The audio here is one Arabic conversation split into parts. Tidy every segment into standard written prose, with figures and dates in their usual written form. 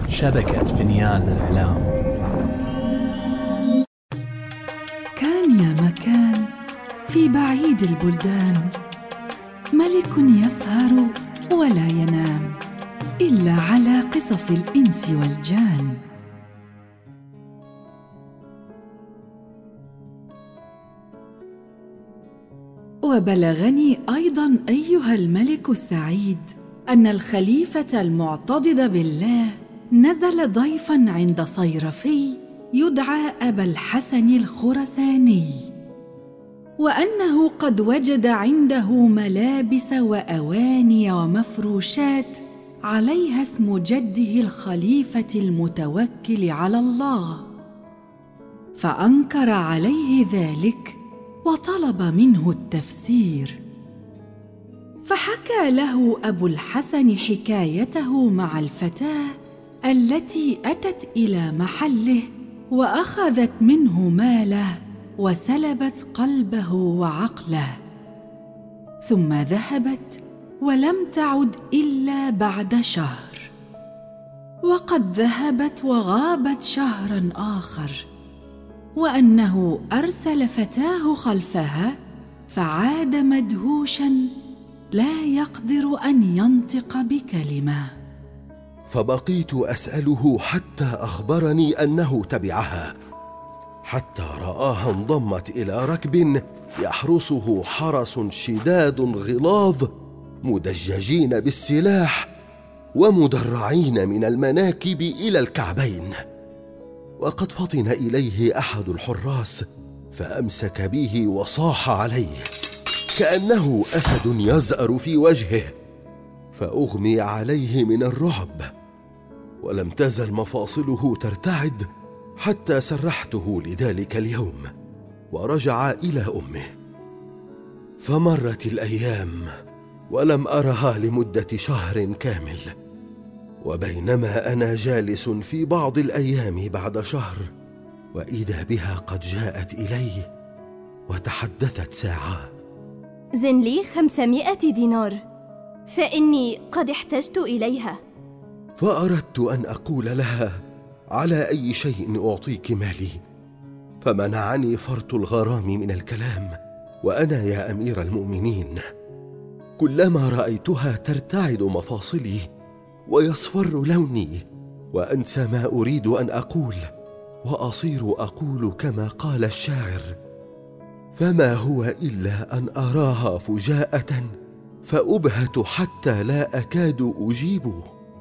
شبكة فينيان للإعلام. كان يا مكان في بعيد البلدان ملك يسهر ولا ينام إلا على قصص الإنس والجان. وبلغني أيضاً أيها الملك السعيد أن الخليفة المعتضد بالله نزل ضيفاً عند صيرفي يدعى أبا الحسن الخرساني، وأنه قد وجد عنده ملابس وأواني ومفروشات عليها اسم جده الخليفة المتوكل على الله، فأنكر عليه ذلك وطلب منه التفسير. فحكى له أبو الحسن حكايته مع الفتاة التي أتت إلى محله وأخذت منه ماله وسلبت قلبه وعقله، ثم ذهبت ولم تعد إلا بعد شهر، وقد ذهبت وغابت شهراً آخر، وأنه أرسل فتاه خلفها فعاد مدهوشاً لا يقدر أن ينطق بكلمة. فبقيت أسأله حتى أخبرني أنه تبعها، حتى رآها انضمت إلى ركب يحرسه حرس شداد غلاظ مدججين بالسلاح ومدرعين من المناكب إلى الكعبين. وقد فطن إليه أحد الحراس فأمسك به وصاح عليه كأنه أسد يزأر في وجهه، فأغمي عليه من الرعب، ولم تزل مفاصله ترتعد حتى سرحته لذلك اليوم ورجع إلى أمه. فمرت الأيام ولم أرها لمدة شهر كامل، وبينما أنا جالس في بعض الأيام بعد شهر وإذا بها قد جاءت إلي وتحدثت ساعة. زن لي 500 دينار فإني قد احتجت إليها. فأردت أن أقول لها على أي شيء أعطيك مالي، فمنعني فرط الغرام من الكلام، وأنا يا أمير المؤمنين كلما رأيتها ترتعد مفاصلي ويصفر لوني وأنسى ما أريد أن أقول، وأصير أقول كما قال الشاعر: فما هو إلا أن أراها فجاءة فأبهت حتى لا أكاد أجيب.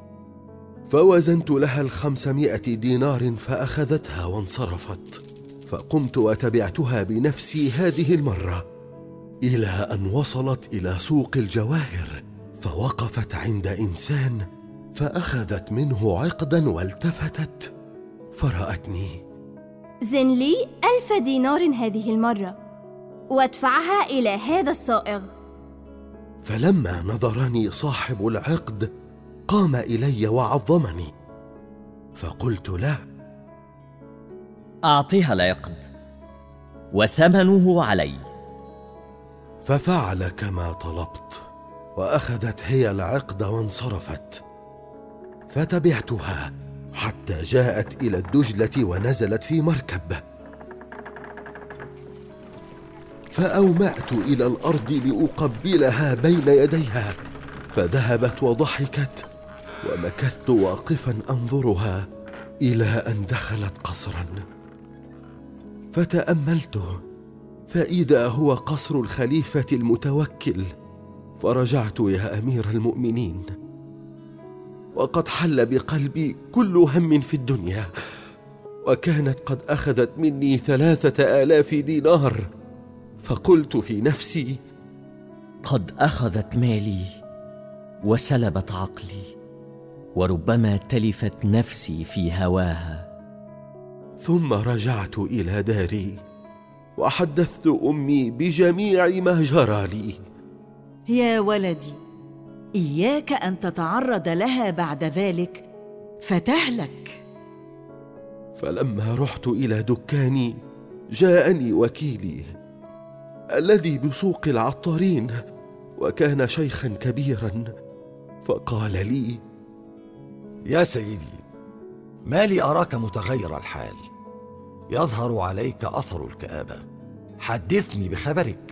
فوزنت لها 500 دينار فأخذتها وانصرفت، فقمت وتبعتها بنفسي هذه المرة إلى أن وصلت إلى سوق الجواهر، فوقفت عند إنسان فأخذت منه عقدا والتفتت فرأتني. زن لي 1000 دينار هذه المرة وادفعها إلى هذا الصائغ. فلما نظرني صاحب العقد قام إلي وعظمني، فقلت له: أعطيها العقد وثمنه علي. ففعل كما طلبت، وأخذت هي العقد وانصرفت. فتبعتها حتى جاءت إلى الدجلة ونزلت في مركب، فأومأت إلى الأرض لأقبلها بين يديها، فذهبت وضحكت، ومكثت واقفا أنظرها إلى أن دخلت قصرا، فتأملته فإذا هو قصر الخليفة المتوكل. فرجعت يا أمير المؤمنين وقد حل بقلبي كل هم في الدنيا، وكانت قد أخذت مني 3000 دينار. فقلت في نفسي: قد أخذت مالي وسلبت عقلي، وربما تلفت نفسي في هواها. ثم رجعت إلى داري وحدثت أمي بجميع ما جرى لي. يا ولدي، إياك أن تتعرض لها بعد ذلك فتهلك. فلما رحت إلى دكاني جاءني وكيلي الذي بسوق العطارين، وكان شيخا كبيرا، فقال لي: يا سيدي، ما لي أراك متغير الحال؟ يظهر عليك أثر الكآبة. حدثني بخبرك.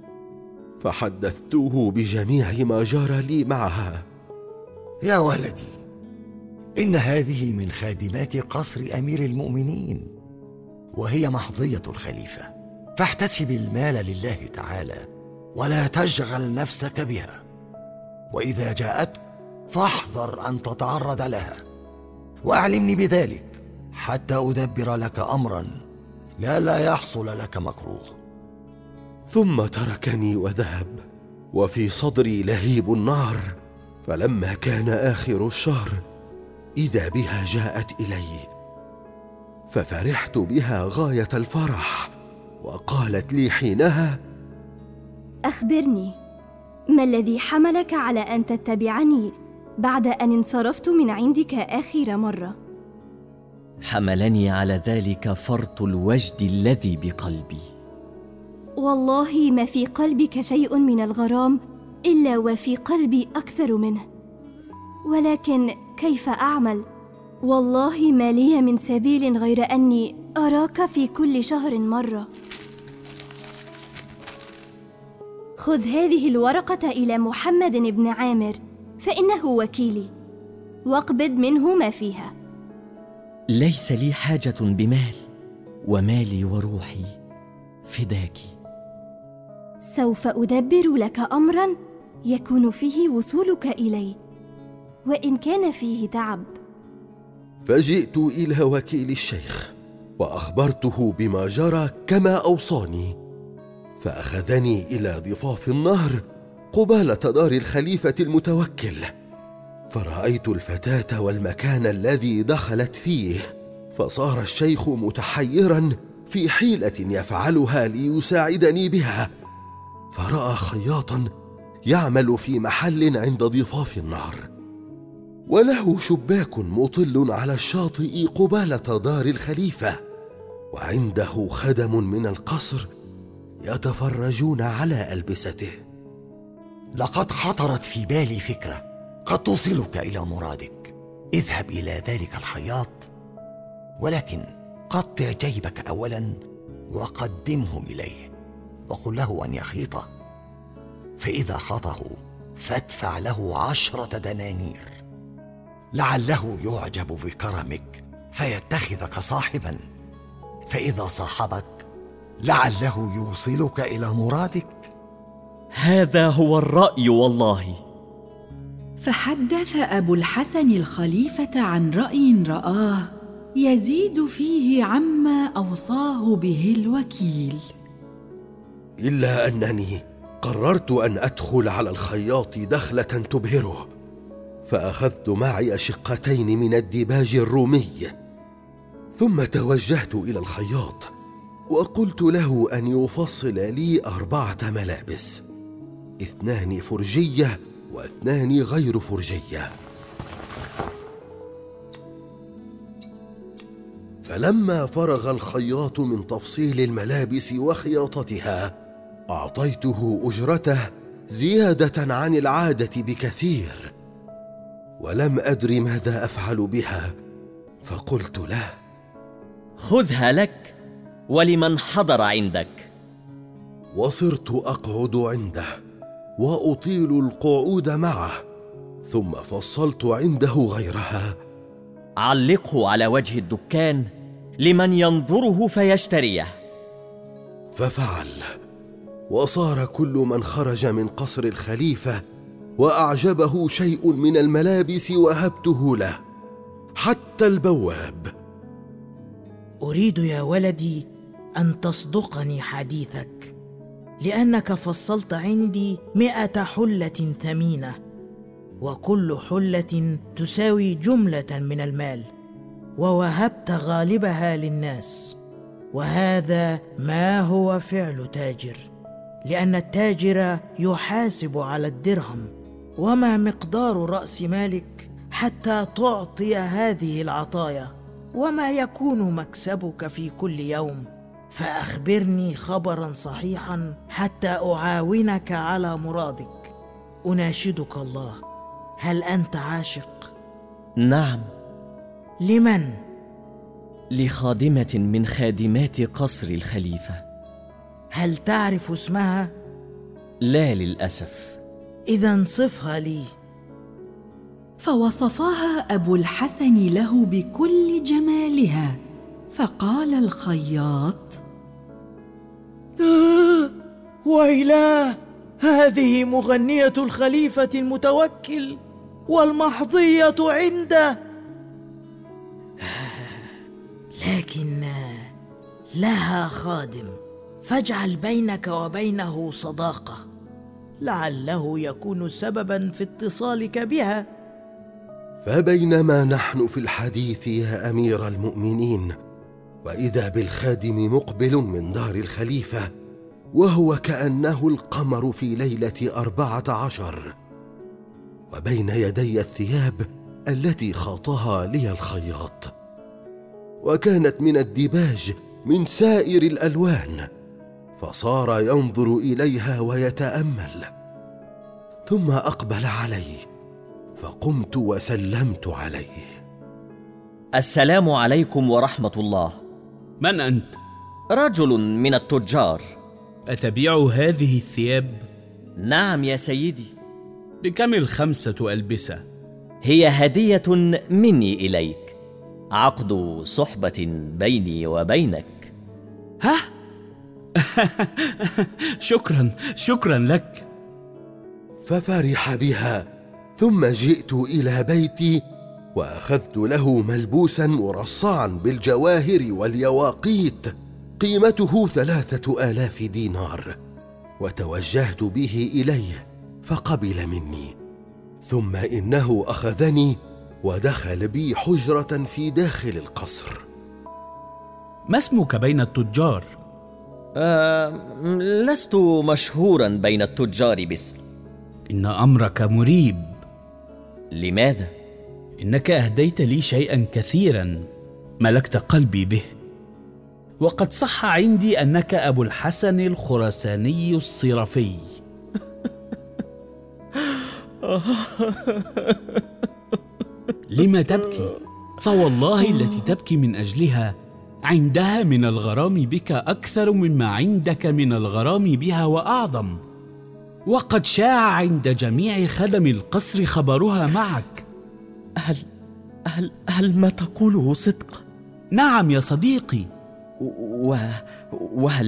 فحدثته بجميع ما جرى لي معها. يا ولدي، إن هذه من خادمات قصر أمير المؤمنين، وهي محظية الخليفة، فاحتسب المال لله تعالى ولا تشغل نفسك بها، وإذا جاءتك فاحذر أن تتعرض لها، وأعلمني بذلك حتى أدبر لك أمرا لا يحصل لك مكروه. ثم تركني وذهب، وفي صدري لهيب النار. فلما كان آخر الشهر إذا بها جاءت إلي، ففرحت بها غاية الفرح، وقالت لي حينها: أخبرني، ما الذي حملك على أن تتبعني بعد أن انصرفت من عندك آخر مرة؟ حملني على ذلك فرط الوجد الذي بقلبي. والله ما في قلبك شيء من الغرام إلا وفي قلبي أكثر منه، ولكن كيف أعمل؟ والله ما لي من سبيل غير أني أراك في كل شهر مرة. خذ هذه الورقة إلى محمد بن عامر فإنه وكيلي، واقبض منه ما فيها. ليس لي حاجة بمال، ومالي وروحي فداك. سوف أدبر لك أمرا يكون فيه وصولك إلي، وإن كان فيه تعب. فجئت إلى وكيل الشيخ وأخبرته بما جرى كما أوصاني، فأخذني إلى ضفاف النهر قبالة دار الخليفة المتوكل، فرأيت الفتاة والمكان الذي دخلت فيه، فصار الشيخ متحيرا في حيلة يفعلها ليساعدني بها. فرأى خياطا يعمل في محل عند ضفاف النهر، وله شباك مطل على الشاطئ قبالة دار الخليفة، وعنده خدم من القصر يتفرجون على ألبسته. لقد خطرت في بالي فكرة قد توصلك إلى مرادك. اذهب إلى ذلك الخياط، ولكن قطع جيبك أولا وقدمه إليه، وقل له أن يخيطه، فإذا خطه فادفع له 10 دنانير، لعله يعجب بكرمك فيتخذك صاحبا، فإذا صاحبك لعله يوصلك إلى مرادك. هذا هو الرأي والله. فحدث أبو الحسن الخليفة عن رأي رآه يزيد فيه عما أوصاه به الوكيل، إلا أنني قررت أن أدخل على الخياط دخلة تبهره، فأخذت معي شقتين من الديباج الرومي، ثم توجهت إلى الخياط وقلت له أن يفصل لي 4 ملابس، 2 فرجية و2 غير فرجية. فلما فرغ الخياط من تفصيل الملابس وخياطتها أعطيته أجرته زيادة عن العادة بكثير، ولم أدر ماذا أفعل بها، فقلت له: خذها لك ولمن حضر عندك. وصرت أقعد عنده وأطيل القعود معه، ثم فصلت عنده غيرها. علقه على وجه الدكان لمن ينظره فيشتريه. ففعل، وصار كل من خرج من قصر الخليفة وأعجبه شيء من الملابس وهبته له، حتى البواب. أريد يا ولدي أن تصدقني حديثك، لأنك فصلت عندي 100 حلة ثمينة، وكل حلة تساوي جملة من المال، ووهبت غالبها للناس، وهذا ما هو فعل تاجر، لأن التاجر يحاسب على الدرهم، وما مقدار رأس مالك حتى تعطي هذه العطايا، وما يكون مكسبك في كل يوم؟ فأخبرني خبرا صحيحا حتى أعاونك على مرادك. أناشدك الله، هل أنت عاشق؟ نعم. لمن؟ لخادمة من خادمات قصر الخليفة. هل تعرف اسمها؟ لا للأسف. إذا صفها لي. فوصفاها أبو الحسن له بكل جمالها، فقال الخياط: ويلاه، هذه مغنية الخليفة المتوكل والمحظية عنده. لكن لها خادم، فاجعل بينك وبينه صداقة، لعله يكون سببا في اتصالك بها. فبينما نحن في الحديث يا أمير المؤمنين، وإذا بالخادم مقبل من دار الخليفة، وهو كأنه القمر في ليلة 14، وبين يدي الثياب التي خاطها لي الخياط، وكانت من الديباج من سائر الألوان، فصار ينظر إليها ويتأمل، ثم أقبل علي، فقمت وسلمت عليه. السلام عليكم ورحمة الله. من أنت؟ رجل من التجار. أتبيع هذه الثياب؟ نعم يا سيدي. بكم 5 ألبسة؟ هي هدية مني إليك، عقد صحبة بيني وبينك. ها؟ شكرا لك. ففرح بها، ثم جئت إلى بيتي وأخذت له ملبوسا مرصعا بالجواهر واليواقيت قيمته 3000 دينار، وتوجهت به إليه فقبل مني، ثم إنه أخذني ودخل بي حجرة في داخل القصر. ما اسمك بين التجار؟ لست مشهورا بين التجار باسم. إن أمرك مريب. لماذا؟ إنك أهديت لي شيئا كثيرا ملكت قلبي به، وقد صح عندي أنك أبو الحسن الخراساني الصرفي. لما تبكي؟ فوالله التي تبكي من أجلها عندها من الغرام بك أكثر مما عندك من الغرام بها وأعظم، وقد شاع عند جميع خدم القصر خبرها معك. هل ما تقوله صدق؟ نعم يا صديقي. وهل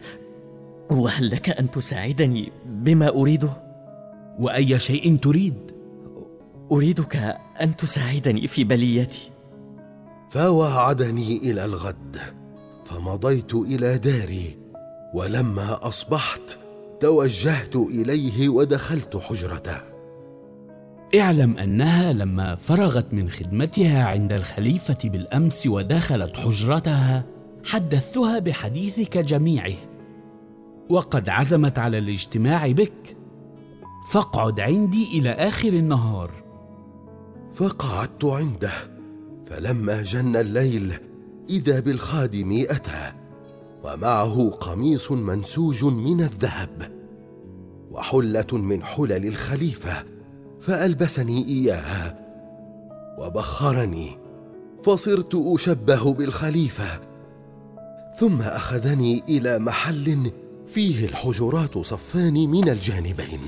لك أن تساعدني بما أريده؟ وأي شيء تريد؟ أريدك أن تساعدني في بليتي. فوعدني إلى الغد، فمضيت إلى داري، ولما أصبحت توجهت إليه ودخلت حجرته. اعلم أنها لما فرغت من خدمتها عند الخليفة بالأمس ودخلت حجرتها حدثتها بحديثك جميعه، وقد عزمت على الاجتماع بك، فاقعد عندي إلى آخر النهار. فقعدت عنده، فلما جن الليل إذا بالخادم أتى، ومعه قميص منسوج من الذهب وحلة من حلل الخليفة، فألبسني إياها وبخرني، فصرت أشبه بالخليفة. ثم أخذني إلى محل فيه الحجرات صفان من الجانبين.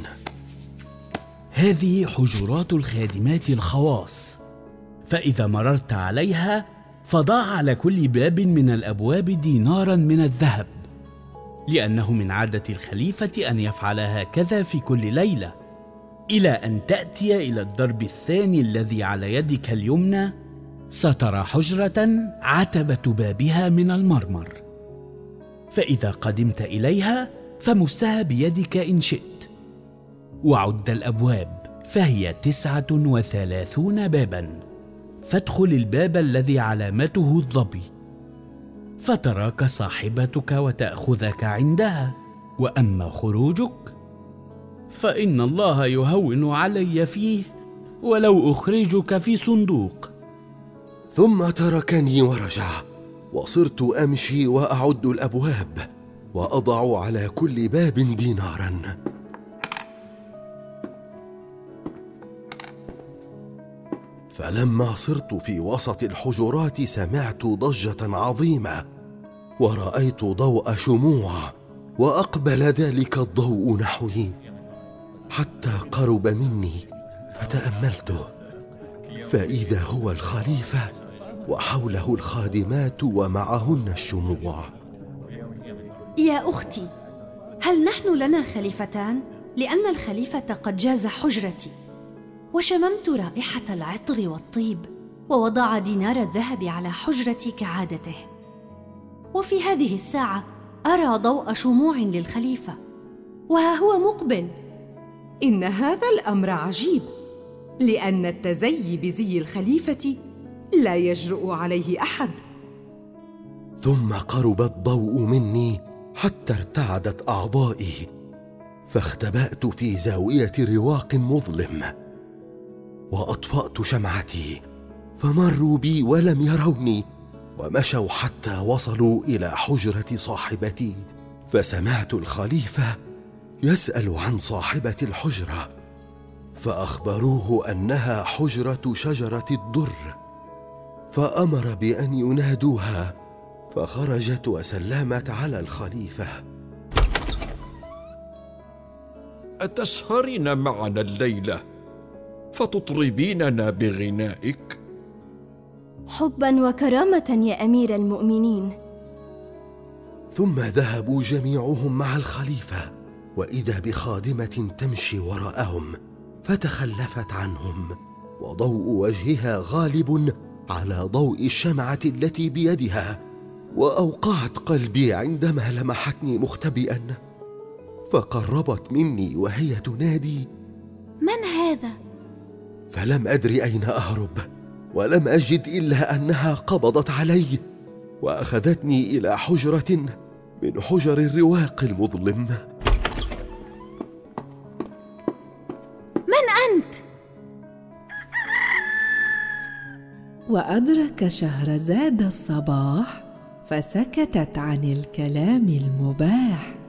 هذه حجرات الخادمات الخواص، فإذا مررت عليها فضع على كل باب من الأبواب دينارا من الذهب، لأنه من عادة الخليفة أن يفعل هكذا في كل ليلة، إلى أن تأتي إلى الدرب الثاني الذي على يدك اليمنى، سترى حجرة عتبة بابها من المرمر، فإذا قدمت إليها فمسها بيدك إن شئت، وعد الأبواب فهي 39 بابا، فادخل الباب الذي علامته الظبي، فتراك صاحبتك وتأخذك عندها، وأما خروجك فإن الله يهون علي فيه ولو أخرجك في صندوق. ثم تركني ورجع، وصرت أمشي وأعد الأبواب وأضع على كل باب فلما صرت في وسط الحجرات سمعت ضجة عظيمة، ورأيت ضوء شموع، وأقبل ذلك الضوء نحوي حتى قرب مني، فتأملته فإذا هو الخليفة وحوله الخادمات ومعهن الشموع. يا أختي، هل نحن لنا خليفتان؟ لأن الخليفة قد جاز حجرتي، وشممت رائحة العطر والطيب، ووضع دينار الذهب على حجرتي كعادته، وفي هذه الساعة أرى ضوء شموع للخليفة، وها هو مقبل. إن هذا الأمر عجيب، لأن التزيي بزي الخليفة لا يجرؤ عليه أحد. ثم قرب الضوء مني حتى ارتعدت أعضائي، فاختبأت في زاوية رواق مظلم، وأطفأت شمعتي، فمروا بي ولم يروني، ومشوا حتى وصلوا إلى حجرة صاحبتي، فسمعت الخليفة يسأل عن صاحبة الحجرة، فأخبروه أنها حجرة شجرة الدر، فأمر بأن ينادوها، فخرجت وسلمت على الخليفة. أتسهرين معنا الليلة فتطربيننا بغنائك؟ حبا وكرامة يا أمير المؤمنين. ثم ذهبوا جميعهم مع الخليفة، وإذا بخادمة تمشي وراءهم، فتخلفت عنهم، وضوء وجهها غالب على ضوء الشمعة التي بيدها، وأوقعت قلبي عندما لمحتني مختبئا، فقربت مني وهي تنادي: من هذا؟ فلم أدر أين أهرب، ولم أجد إلا أنها قبضت علي وأخذتني إلى حجرة من حجر الرواق المظلم. من أنت؟ وأدرك شهرزاد الصباح، فسكتت عن الكلام المباح.